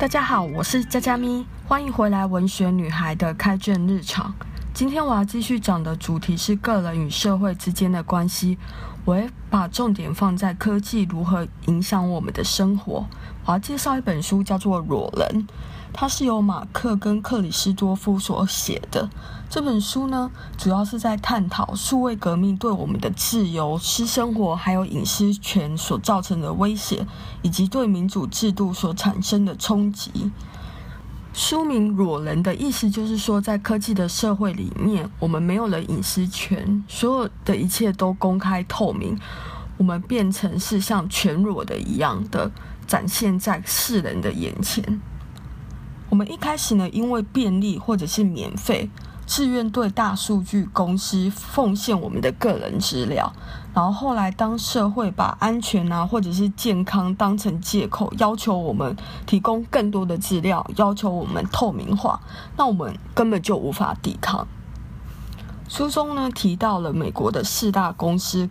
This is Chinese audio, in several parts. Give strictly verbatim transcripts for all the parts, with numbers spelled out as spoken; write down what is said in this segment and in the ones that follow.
大家好，我是佳佳咪，欢迎回来文学女孩的开卷日常。今天我要继续讲的主题是个人与社会之间的关系，我会把重点放在科技如何影响我们的生活。我要介绍一本书，叫做《裸人》，它是由马克跟克里斯多夫所写的。这本书呢，主要是在探讨数位革命对我们的自由、私生活还有隐私权所造成的威胁，以及对民主制度所产生的冲击。书名《裸人》的意思就是说，在科技的社会里面，我们没有了隐私权，所有的一切都公开透明，我们变成是像全裸的一样的展现在世人的眼前。我们一开始呢，因为便利或者是免费，自愿对大数据公司奉献我们的个人资料，然后后来当社会把安全啊或者是健康当成借口，要求我们提供更多的资料，要求我们透明化，那我们根本就无法抵抗。书中呢提到了美国的四大公司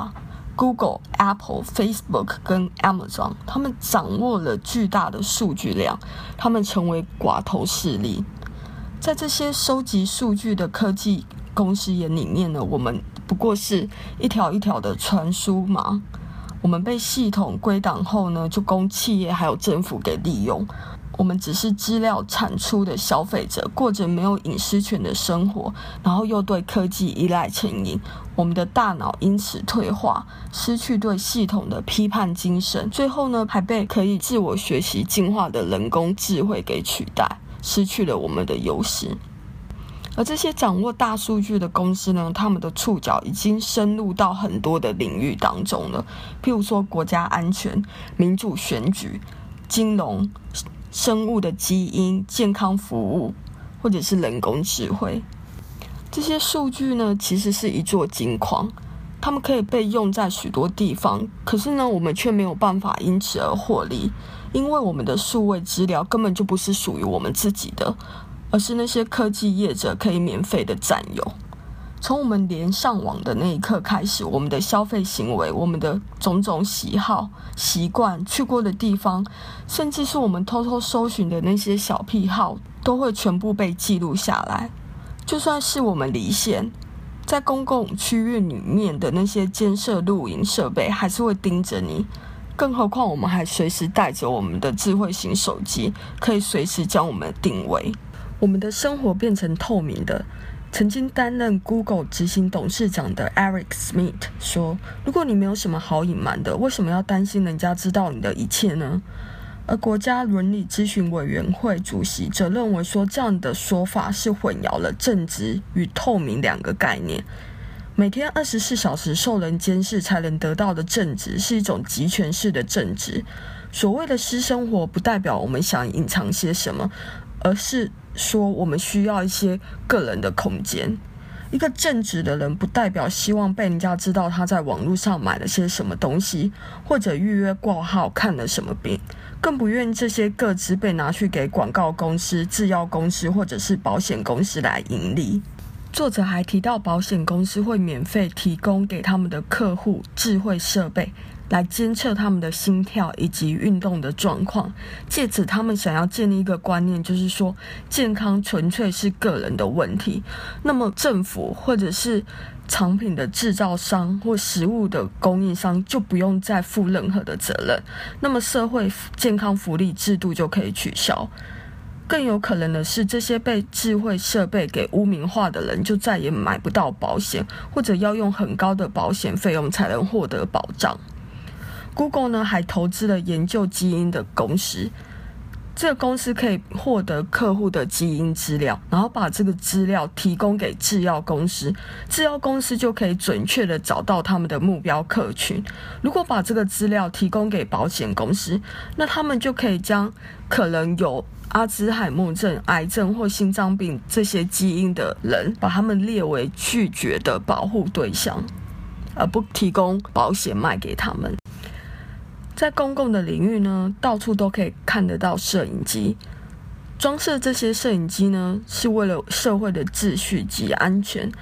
GAFA、Google、Apple、Facebook 跟 Amazon， 他们掌握了巨大的数据量，他们成为寡头势力。在这些收集数据的科技公司眼里面呢，我们不过是一条一条的传输码，我们被系统归档后呢，就供企业还有政府给利用。我们只是资料产出的消费者，过着没有隐私权的生活，然后又对科技依赖成瘾，我们的大脑因此退化，失去对系统的批判精神，最后呢，还被可以自我学习进化的人工智慧给取代，失去了我们的优势。而这些掌握大数据的公司呢，他们的触角已经深入到很多的领域当中了，譬如说国家安全、民主选举、金融、生物的基因、健康服务，或者是人工智慧。这些数据呢，其实是一座金矿，它们可以被用在许多地方，可是呢，我们却没有办法因此而获利，因为我们的数位资料根本就不是属于我们自己的，而是那些科技业者可以免费的占有。从我们连上网的那一刻开始，我们的消费行为、我们的种种喜好、习惯、去过的地方，甚至是我们偷偷搜寻的那些小癖好，都会全部被记录下来。就算是我们离线，在公共区域里面的那些监视录影设备还是会盯着你，更何况我们还随时带着我们的智慧型手机，可以随时将我们定位。我们的生活变成透明的。曾经担任 Google 执行董事长的 Eric Schmidt 说，如果你没有什么好隐瞒的，为什么要担心人家知道你的一切呢？而国家伦理咨询委员会主席则认为说，这样的说法是混淆了正直与透明两个概念。每天二十四小时受人监视才能得到的正直，是一种集权式的正直。所谓的私生活，不代表我们想隐藏些什么，而是说我们需要一些个人的空间。一个正直的人不代表希望被人家知道他在网络上买了些什么东西，或者预约挂号看了什么病，更不愿这些个资被拿去给广告公司、制药公司或者是保险公司来盈利。作者还提到，保险公司会免费提供给他们的客户智慧设备，来监测他们的心跳以及运动的状况，借此他们想要建立一个观念，就是说健康纯粹是个人的问题，那么政府或者是产品的制造商或食物的供应商就不用再负任何的责任，那么社会健康福利制度就可以取消。更有可能的是，这些被智慧设备给污名化的人就再也买不到保险，或者要用很高的保险费用才能获得保障。Google 呢还投资了研究基因的公司，这个公司可以获得客户的基因资料，然后把这个资料提供给制药公司，制药公司就可以准确的找到他们的目标客群。如果把这个资料提供给保险公司，那他们就可以将可能有阿兹海默症、癌症或心脏病这些基因的人，把他们列为拒绝的保护对象，而不提供保险卖给他们。在公共的领域呢，到处都可以看得到摄影机。装设这些摄影机呢，是为了社会的秩序及安全。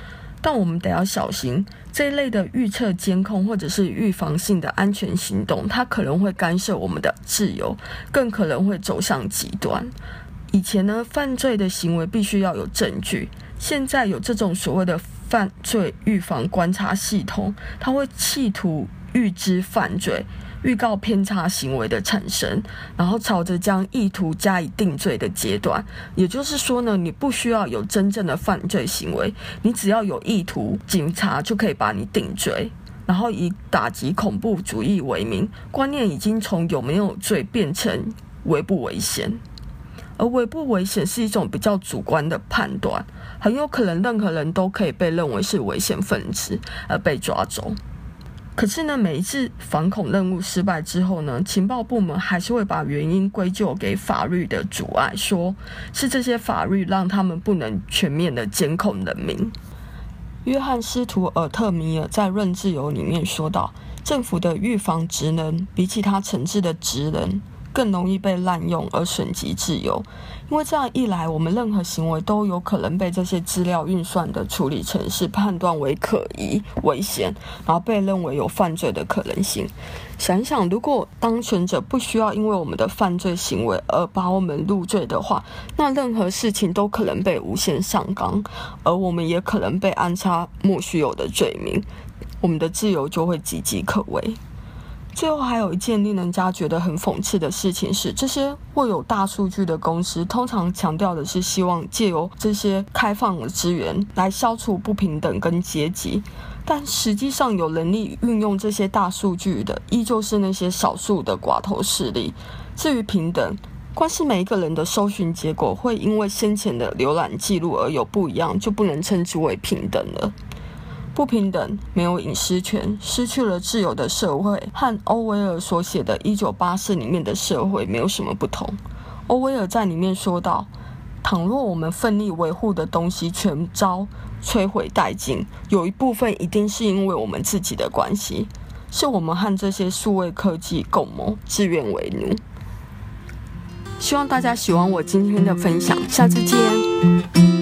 但我们得要小心，这一类的预测监控或者是预防性的安全行动，它可能会干涉我们的自由，更可能会走向极端。以前呢，犯罪的行为必须要有证据，现在有这种所谓的犯罪预防观察系统，它会企图预知犯罪，预告偏差行为的产生，然后朝着将意图加以定罪的阶段。也就是说呢，你不需要有真正的犯罪行为，你只要有意图，警察就可以把你定罪。然后以打击恐怖主义为名，观念已经从有没有罪变成危不危险。而危不危险是一种比较主观的判断，很有可能任何人都可以被认为是危险分子而被抓走。可是呢，每一次反恐任务失败之后呢，情报部门还是会把原因归咎给法律的阻碍，说是这些法律让他们不能全面的监控人民。约翰·斯图尔特·米尔在《论自由》里面说到，政府的预防职能比起他惩治的职能更容易被滥用而损及自由，因为这样一来，我们任何行为都有可能被这些资料运算的处理程式判断为可疑、危险，然后被认为有犯罪的可能性。想一想，如果当权者不需要因为我们的犯罪行为而把我们入罪的话，那任何事情都可能被无限上纲，而我们也可能被安插莫须有的罪名，我们的自由就会岌岌可危。最后还有一件令人家觉得很讽刺的事情是，这些握有大数据的公司通常强调的是希望借由这些开放的资源来消除不平等跟阶级，但实际上有能力运用这些大数据的依旧是那些少数的寡头势力。至于平等，光是每一个人的搜寻结果会因为先前的浏览记录而有不一样，就不能称之为平等了。不平等，没有隐私权，失去了自由的社会，和欧威尔所写的一九八四里面的社会没有什么不同。欧威尔在里面说到，倘若我们奋力维护的东西全遭摧毁殆尽，有一部分一定是因为我们自己的关系，是我们和这些数位科技共谋，自愿为奴。希望大家喜欢我今天的分享，下次见。